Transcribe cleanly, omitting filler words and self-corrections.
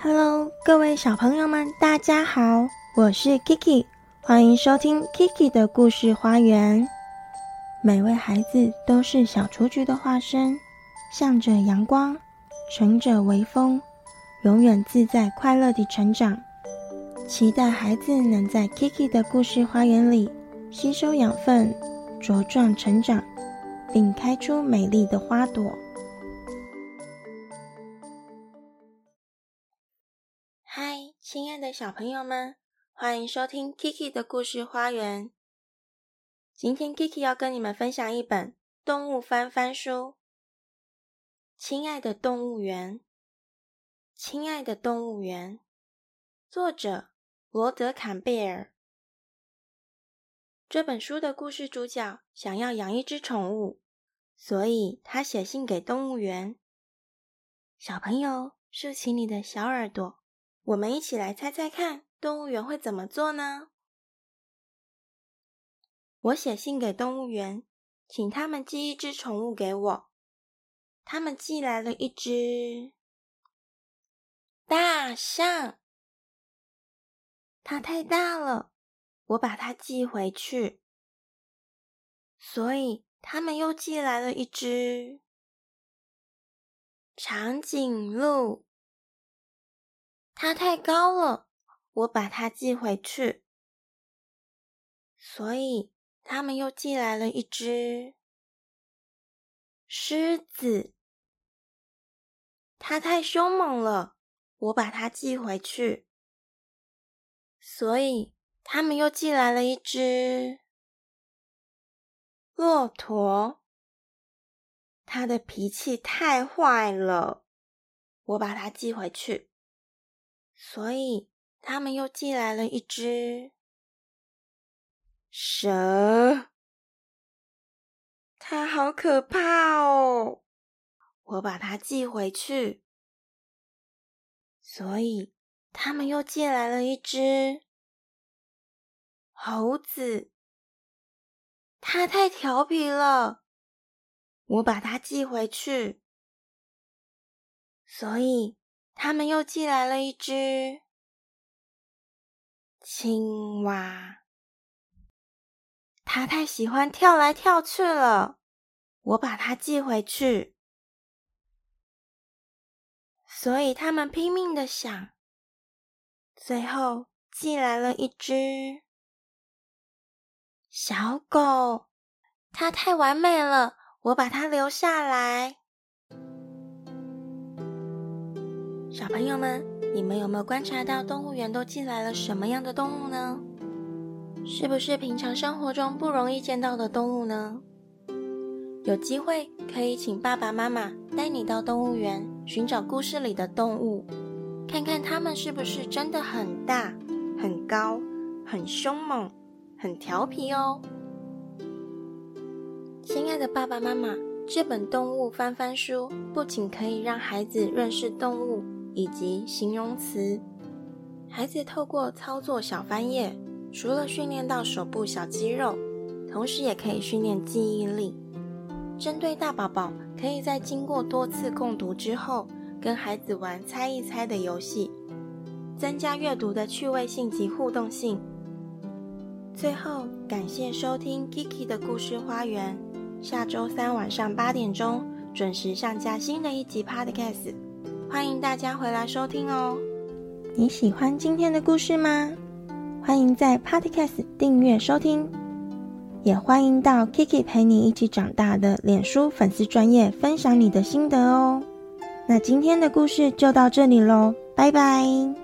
Hello， 各位小朋友们，大家好，我是 Kiki， 欢迎收听 Kiki 的故事花园。每位孩子都是小雏菊的化身，向着阳光，乘着微风，永远自在快乐地成长。期待孩子能在 Kiki 的故事花园里吸收养分，茁壮成长，并开出美丽的花朵。嗨，亲爱的小朋友们，欢迎收听 Kiki 的故事花园。今天 Kiki 要跟你们分享一本动物翻翻书。亲爱的动物园，亲爱的动物园，作者罗德·坎贝尔。这本书的故事主角想要养一只宠物，所以他写信给动物园。小朋友，竖起你的小耳朵，我们一起来猜猜看，动物园会怎么做呢？我写信给动物园，请他们寄一只宠物给我。他们寄来了一只大象，它太大了，我把它寄回去。所以他们又寄来了一只长颈鹿，它太高了，我把它寄回去。所以他们又寄来了一只狮子，它太凶猛了，我把它寄回去。所以他们又寄来了一只骆驼，它的脾气太坏了，我把它寄回去。所以他们又寄来了一只蛇，它好可怕哦，我把它寄回去。所以他们又寄来了一只猴子，它太调皮了，我把它寄回去。所以他们又寄来了一只青蛙，它太喜欢跳来跳去了，我把它寄回去。所以他们拼命地想，最后寄来了一只小狗，它太完美了，我把它留下来。小朋友们，你们有没有观察到动物园都寄来了什么样的动物呢？是不是平常生活中不容易见到的动物呢？有机会可以请爸爸妈妈带你到动物园，寻找故事里的动物，看看它们是不是真的很大、很高、很凶猛、很调皮哦。亲爱的爸爸妈妈，这本动物翻翻书不仅可以让孩子认识动物以及形容词，孩子透过操作小翻页，除了训练到手部小肌肉，同时也可以训练记忆力。针对大宝宝，可以在经过多次共读之后，跟孩子玩猜一猜的游戏，增加阅读的趣味性及互动性。最后，感谢收听 Kiki 的故事花园，下周3晚上8点钟准时上架新的一集 Podcast， 欢迎大家回来收听哦。你喜欢今天的故事吗？欢迎在 Podcast 订阅收听，也欢迎到 Kiki 陪你一起长大的脸书粉丝专页分享你的心得哦。那今天的故事就到这里咯，拜拜。